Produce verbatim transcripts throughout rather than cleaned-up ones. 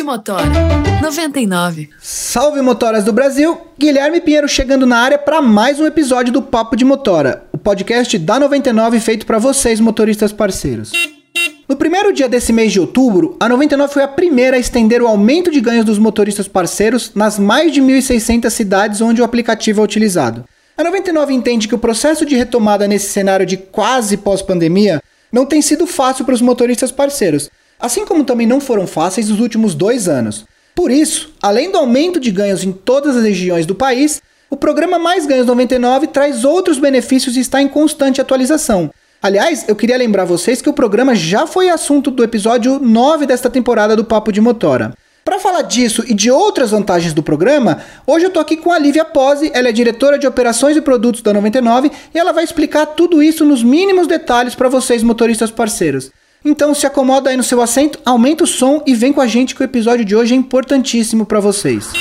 Motora noventa e nove. Salve motoras do Brasil, Guilherme Pinheiro chegando na área para mais um episódio do Papo de Motora, o podcast da noventa e nove feito para vocês motoristas parceiros. No primeiro dia desse mês de outubro, a noventa e nove foi a primeira a estender o aumento de ganhos dos motoristas parceiros nas mais de mil e seiscentas cidades onde o aplicativo é utilizado. A noventa e nove entende que o processo de retomada nesse cenário de quase pós-pandemia não tem sido fácil para os motoristas parceiros, assim como também não foram fáceis os últimos dois anos. Por isso, além do aumento de ganhos em todas as regiões do país, o programa Mais Ganhos noventa e nove traz outros benefícios e está em constante atualização. Aliás, eu queria lembrar vocês que o programa já foi assunto do episódio nove desta temporada do Papo de Motora. Para falar disso e de outras vantagens do programa, hoje eu tô aqui com a Lívia Pozzi, ela é diretora de operações e produtos da noventa e nove e ela vai explicar tudo isso nos mínimos detalhes para vocês motoristas parceiros. Então se acomoda aí no seu assento, aumenta o som e vem com a gente que o episódio de hoje é importantíssimo para vocês.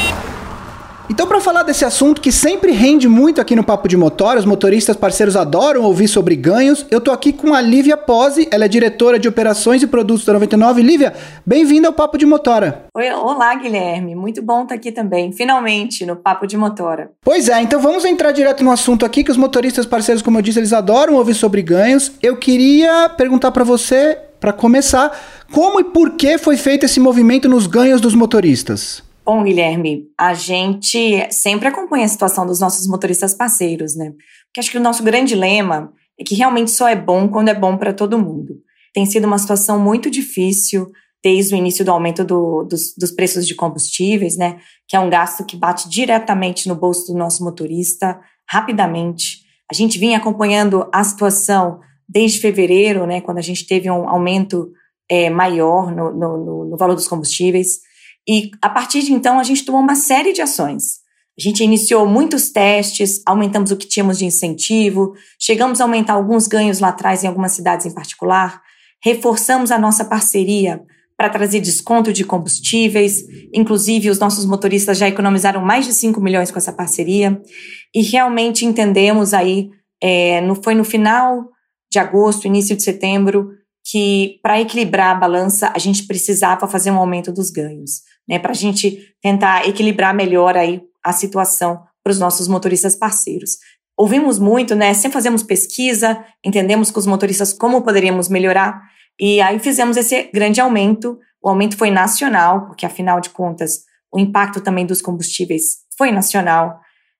Então, para falar desse assunto que sempre rende muito aqui no Papo de Motora, os motoristas parceiros adoram ouvir sobre ganhos, eu tô aqui com a Lívia Pozzi, ela é diretora de operações e produtos da noventa e nove. Lívia, bem-vinda ao Papo de Motora. Oi, olá, Guilherme, muito bom estar aqui também, finalmente, no Papo de Motora. Pois é, então vamos entrar direto no assunto aqui, que os motoristas parceiros, como eu disse, eles adoram ouvir sobre ganhos. Eu queria perguntar para você, para começar, como e por que foi feito esse movimento nos ganhos dos motoristas? Bom, Guilherme, a gente sempre acompanha a situação dos nossos motoristas parceiros, né? Porque acho que o nosso grande lema é que realmente só é bom quando é bom para todo mundo. Tem sido uma situação muito difícil desde o início do aumento do, dos, dos preços de combustíveis, né? Que é um gasto que bate diretamente no bolso do nosso motorista, rapidamente. A gente vinha acompanhando a situação desde fevereiro, né? Quando a gente teve um aumento é, maior no, no, no, no valor dos combustíveis. E, a partir de então, a gente tomou uma série de ações. A gente iniciou muitos testes, aumentamos o que tínhamos de incentivo, chegamos a aumentar alguns ganhos lá atrás em algumas cidades em particular, reforçamos a nossa parceria para trazer desconto de combustíveis, inclusive os nossos motoristas já economizaram mais de cinco milhões com essa parceria, e realmente entendemos aí, é, no, foi no final de agosto, início de setembro, que para equilibrar a balança a gente precisava fazer um aumento dos ganhos, né, para a gente tentar equilibrar melhor aí a situação para os nossos motoristas parceiros. Ouvimos muito, né, sempre fazemos pesquisa, entendemos com os motoristas como poderíamos melhorar e aí fizemos esse grande aumento. O aumento foi nacional, porque afinal de contas o impacto também dos combustíveis foi nacional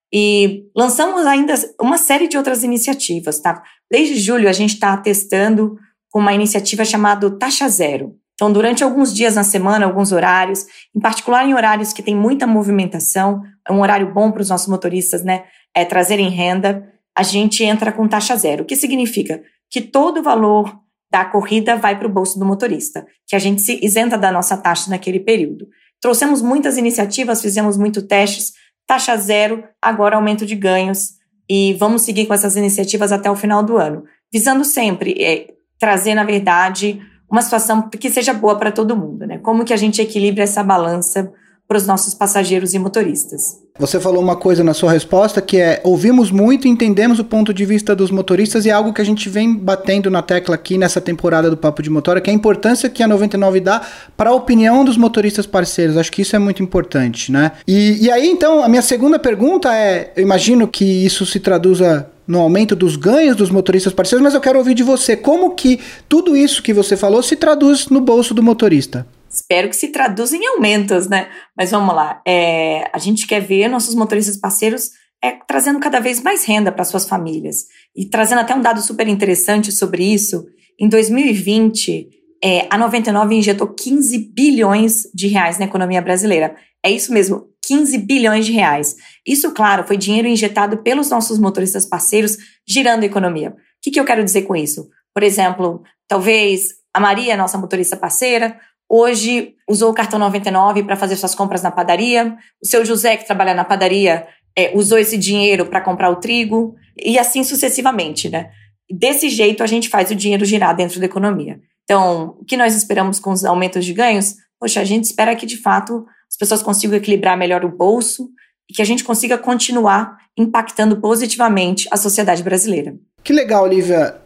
e lançamos ainda uma série de outras iniciativas, tá? Desde julho a gente está testando com uma iniciativa chamada Taxa Zero. Então, durante alguns dias na semana, alguns horários, em particular em horários que tem muita movimentação, é um horário bom para os nossos motoristas, né, é, trazerem renda, a gente entra com taxa zero. O que significa? Que todo o valor da corrida vai para o bolso do motorista, que a gente se isenta da nossa taxa naquele período. Trouxemos muitas iniciativas, fizemos muitos testes, taxa zero, agora aumento de ganhos, e vamos seguir com essas iniciativas até o final do ano, visando sempre é, trazer, na verdade, uma situação que seja boa para todo mundo, né? Como que a gente equilibra essa balança para os nossos passageiros e motoristas. Você falou uma coisa na sua resposta que é, ouvimos muito e entendemos o ponto de vista dos motoristas e é algo que a gente vem batendo na tecla aqui nessa temporada do Papo de Motora, que é a importância que a noventa e nove dá para a opinião dos motoristas parceiros. Acho que isso é muito importante, né? E, e aí, então, a minha segunda pergunta é, eu imagino que isso se traduza no aumento dos ganhos dos motoristas parceiros, mas eu quero ouvir de você, como que tudo isso que você falou se traduz no bolso do motorista? Espero que se traduza em aumentos, né? Mas vamos lá, é, a gente quer ver nossos motoristas parceiros é, trazendo cada vez mais renda para suas famílias. E trazendo até um dado super interessante sobre isso, em dois mil e vinte, é, a noventa e nove injetou quinze bilhões de reais na economia brasileira. É isso mesmo, quinze bilhões de reais. Isso, claro, foi dinheiro injetado pelos nossos motoristas parceiros, girando a economia. O que, que eu quero dizer com isso? Por exemplo, talvez a Maria, nossa motorista parceira, hoje usou o cartão noventa e nove para fazer suas compras na padaria. O seu José, que trabalha na padaria, é, usou esse dinheiro para comprar o trigo. E assim sucessivamente, né? Desse jeito, a gente faz o dinheiro girar dentro da economia. Então, o que nós esperamos com os aumentos de ganhos? Poxa, a gente espera que, de fato, as pessoas consigam equilibrar melhor o bolso e que a gente consiga continuar impactando positivamente a sociedade brasileira. Que legal, Lívia.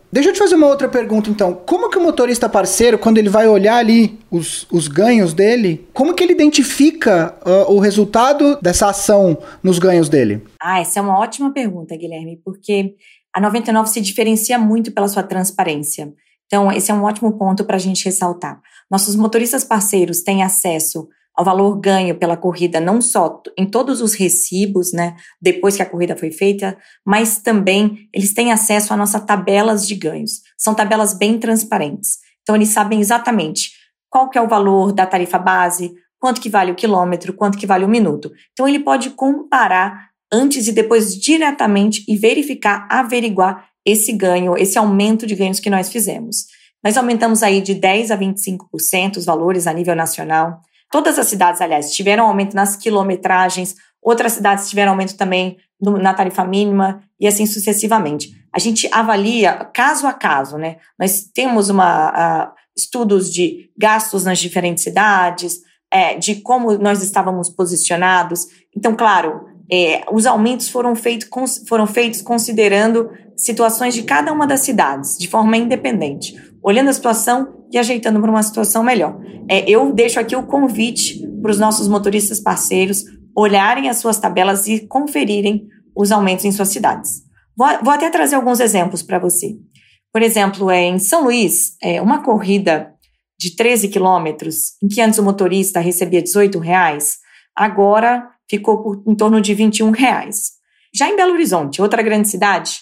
Deixa eu te fazer uma outra pergunta, então. Como que o motorista parceiro, quando ele vai olhar ali os, os ganhos dele, como que ele identifica uh, o resultado dessa ação nos ganhos dele? Ah, essa é uma ótima pergunta, Guilherme, porque a noventa e nove se diferencia muito pela sua transparência. Então, esse é um ótimo ponto para a gente ressaltar. Nossos motoristas parceiros têm acesso ao valor ganho pela corrida, não só em todos os recibos, né, depois que a corrida foi feita, mas também eles têm acesso a nossas tabelas de ganhos. São tabelas bem transparentes. Então, eles sabem exatamente qual que é o valor da tarifa base, quanto que vale o quilômetro, quanto que vale o minuto. Então, ele pode comparar antes e depois diretamente e verificar, averiguar esse ganho, esse aumento de ganhos que nós fizemos. Nós aumentamos aí de dez a vinte e cinco por cento os valores a nível nacional. Todas as cidades, aliás, tiveram aumento nas quilometragens, outras cidades tiveram aumento também no, na tarifa mínima e assim sucessivamente. A gente avalia caso a caso, né? Nós temos uma, uh, estudos de gastos nas diferentes cidades, é, de como nós estávamos posicionados. Então, claro, é, os aumentos foram, feito, foram feitos considerando situações de cada uma das cidades, de forma independente, olhando a situação e ajeitando para uma situação melhor. É, eu deixo aqui o convite para os nossos motoristas parceiros olharem as suas tabelas e conferirem os aumentos em suas cidades. Vou, vou até trazer alguns exemplos para você. Por exemplo, é, em São Luís, é, uma corrida de treze quilômetros, em que antes o motorista recebia dezoito reais, agora ficou por, em torno de vinte e um reais. Já em Belo Horizonte, outra grande cidade,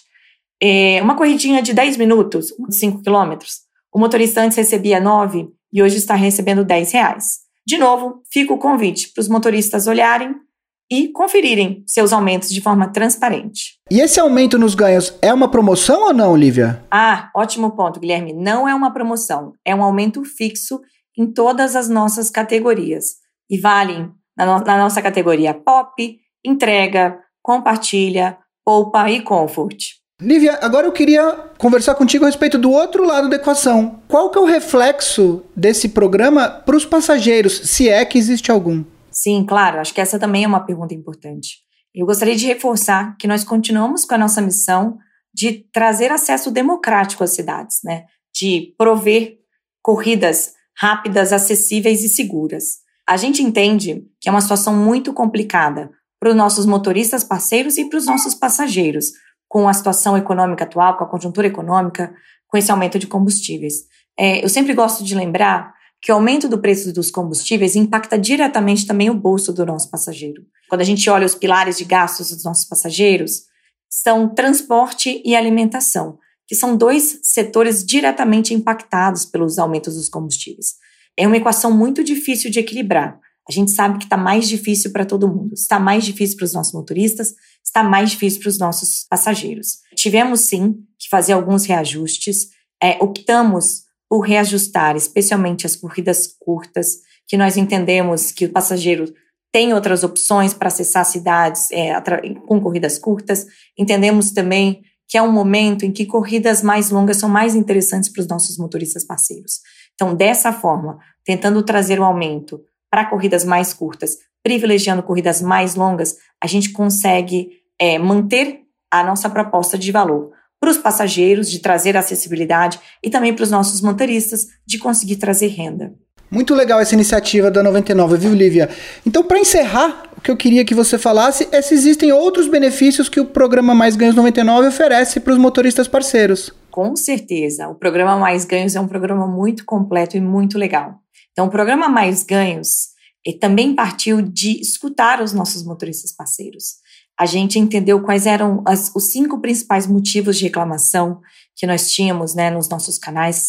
é, uma corridinha de dez minutos, cinco quilômetros, o motorista antes recebia nove e hoje está recebendo dez reais. De novo, fica o convite para os motoristas olharem e conferirem seus aumentos de forma transparente. E esse aumento nos ganhos é uma promoção ou não, Lívia? Ah, ótimo ponto, Guilherme. Não é uma promoção, é um aumento fixo em todas as nossas categorias. E valem na, no- na nossa categoria Pop, Entrega, Compartilha, Poupa e Comfort. Lívia, agora eu queria conversar contigo a respeito do outro lado da equação. Qual que é o reflexo desse programa para os passageiros, se é que existe algum? Sim, claro, acho que essa também é uma pergunta importante. Eu gostaria de reforçar que nós continuamos com a nossa missão de trazer acesso democrático às cidades, né? De prover corridas rápidas, acessíveis e seguras. A gente entende que é uma situação muito complicada para os nossos motoristas parceiros e para os nossos passageiros, com a situação econômica atual, com a conjuntura econômica, com esse aumento de combustíveis. É, eu sempre gosto de lembrar que o aumento do preço dos combustíveis impacta diretamente também o bolso do nosso passageiro. Quando a gente olha os pilares de gastos dos nossos passageiros, são transporte e alimentação, que são dois setores diretamente impactados pelos aumentos dos combustíveis. É uma equação muito difícil de equilibrar. A gente sabe que está mais difícil para todo mundo. Está mais difícil para os nossos motoristas, está mais difícil para os nossos passageiros. Tivemos, sim, que fazer alguns reajustes. É, optamos por reajustar, especialmente as corridas curtas, que nós entendemos que o passageiro tem outras opções para acessar cidades é, com corridas curtas. Entendemos também que é um momento em que corridas mais longas são mais interessantes para os nossos motoristas parceiros. Então, dessa forma, tentando trazer um aumento para corridas mais curtas, privilegiando corridas mais longas, a gente consegue é, manter a nossa proposta de valor para os passageiros, de trazer acessibilidade, e também para os nossos motoristas, de conseguir trazer renda. Muito legal essa iniciativa da noventa e nove, viu, Lívia? Então, para encerrar, o que eu queria que você falasse é se existem outros benefícios que o programa Mais Ganhos noventa e nove oferece para os motoristas parceiros. Com certeza, o programa Mais Ganhos é um programa muito completo e muito legal. Então, o programa Mais Ganhos eh, também partiu de escutar os nossos motoristas parceiros. A gente entendeu quais eram as, os cinco principais motivos de reclamação que nós tínhamos, né, nos nossos canais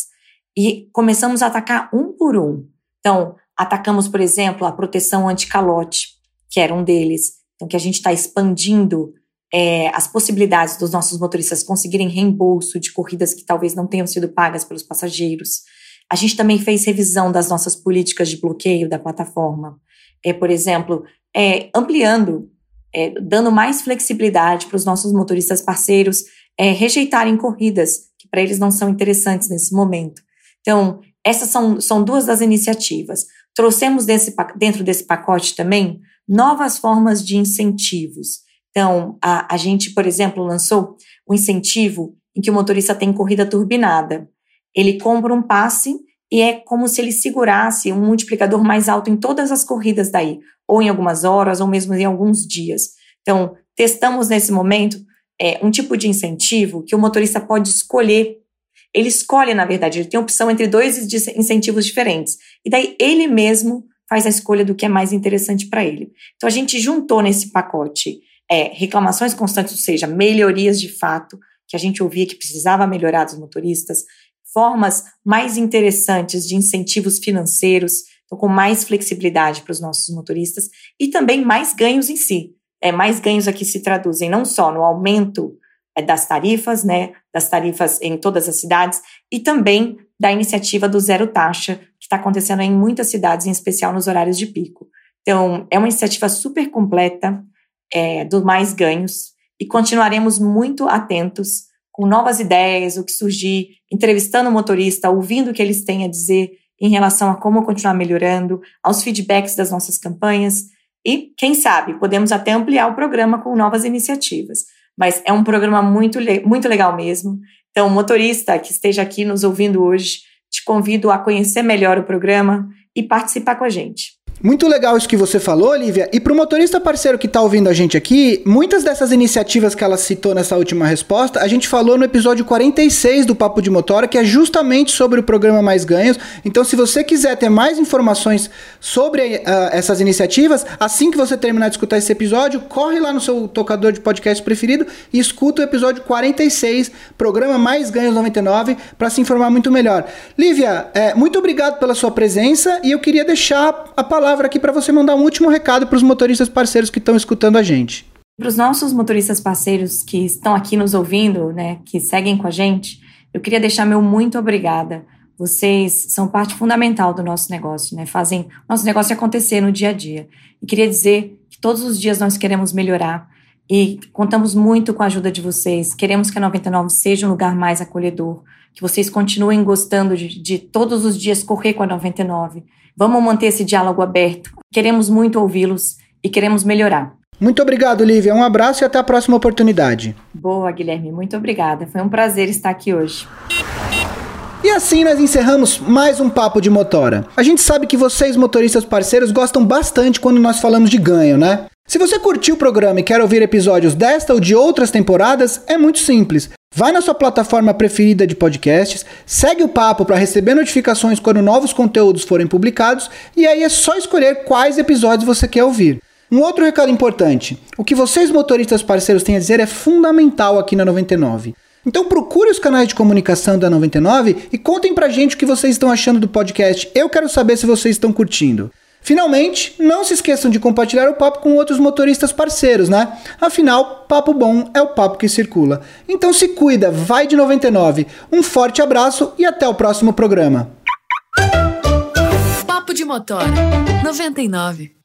e começamos a atacar um por um. Então, atacamos, por exemplo, a proteção anti-calote, que era um deles. Então, que a gente está expandindo é, as possibilidades dos nossos motoristas conseguirem reembolso de corridas que talvez não tenham sido pagas pelos passageiros. A gente também fez revisão das nossas políticas de bloqueio da plataforma. É, por exemplo, é, ampliando, é, dando mais flexibilidade para os nossos motoristas parceiros é, rejeitarem corridas que para eles não são interessantes nesse momento. Então, essas são, são duas das iniciativas. Trouxemos desse, dentro desse pacote também novas formas de incentivos. Então, a, a gente, por exemplo, lançou um incentivo em que o motorista tem corrida turbinada. Ele compra um passe e é como se ele segurasse um multiplicador mais alto em todas as corridas daí, ou em algumas horas, ou mesmo em alguns dias. Então, testamos nesse momento é, um tipo de incentivo que o motorista pode escolher. Ele escolhe, na verdade, ele tem opção entre dois incentivos diferentes. E daí ele mesmo faz a escolha do que é mais interessante para ele. Então, a gente juntou nesse pacote é, reclamações constantes, ou seja, melhorias de fato, que a gente ouvia que precisava melhorar dos motoristas, formas mais interessantes de incentivos financeiros, então com mais flexibilidade para os nossos motoristas, e também mais ganhos em si. É, mais ganhos aqui se traduzem não só no aumento é, das tarifas, né, das tarifas em todas as cidades, e também da iniciativa do zero taxa, que está acontecendo em muitas cidades, em especial nos horários de pico. Então, é uma iniciativa super completa é, do mais ganhos, e continuaremos muito atentos com novas ideias, o que surgir, entrevistando o motorista, ouvindo o que eles têm a dizer em relação a como continuar melhorando, aos feedbacks das nossas campanhas e, quem sabe, podemos até ampliar o programa com novas iniciativas. Mas é um programa muito, muito legal mesmo. Então, motorista que esteja aqui nos ouvindo hoje, te convido a conhecer melhor o programa e participar com a gente. Muito legal isso que você falou, Lívia. E para o motorista parceiro que está ouvindo a gente aqui, muitas dessas iniciativas que ela citou nessa última resposta, a gente falou no episódio quarenta e seis do Papo de Motora, que é justamente sobre o programa Mais Ganhos. Então, se você quiser ter mais informações sobre uh, essas iniciativas, assim que você terminar de escutar esse episódio, corre lá no seu tocador de podcast preferido e escuta o episódio quarenta e seis, Programa Mais Ganhos noventa e nove, para se informar muito melhor. Lívia, é, muito obrigado pela sua presença e eu queria deixar a palavra aqui para você mandar um último recado para os motoristas parceiros que estão escutando a gente. Para os nossos motoristas parceiros que estão aqui nos ouvindo, né, que seguem com a gente, eu queria deixar meu muito obrigada. Vocês são parte fundamental do nosso negócio, né, fazem o nosso negócio acontecer no dia a dia. E queria dizer que todos os dias nós queremos melhorar e contamos muito com a ajuda de vocês. Queremos que a noventa e nove seja um lugar mais acolhedor, que vocês continuem gostando de, de todos os dias correr com a noventa e nove. Vamos manter esse diálogo aberto. Queremos muito ouvi-los e queremos melhorar. Muito obrigado, Lívia. Um abraço e até a próxima oportunidade. Boa, Guilherme. Muito obrigada. Foi um prazer estar aqui hoje. E assim nós encerramos mais um Papo de Motora. A gente sabe que vocês, motoristas parceiros, gostam bastante quando nós falamos de ganho, né? Se você curtiu o programa e quer ouvir episódios desta ou de outras temporadas, é muito simples. Vai na sua plataforma preferida de podcasts, segue o Papo para receber notificações quando novos conteúdos forem publicados e aí é só escolher quais episódios você quer ouvir. Um outro recado importante, o que vocês motoristas parceiros têm a dizer é fundamental aqui na noventa e nove. Então procure os canais de comunicação da noventa e nove e contem pra gente o que vocês estão achando do podcast. Eu quero saber se vocês estão curtindo. Finalmente, não se esqueçam de compartilhar o papo com outros motoristas parceiros, né? Afinal, papo bom é o papo que circula. Então se cuida, vai de noventa e nove. Um forte abraço e até o próximo programa. Papo de Motora noventa e nove.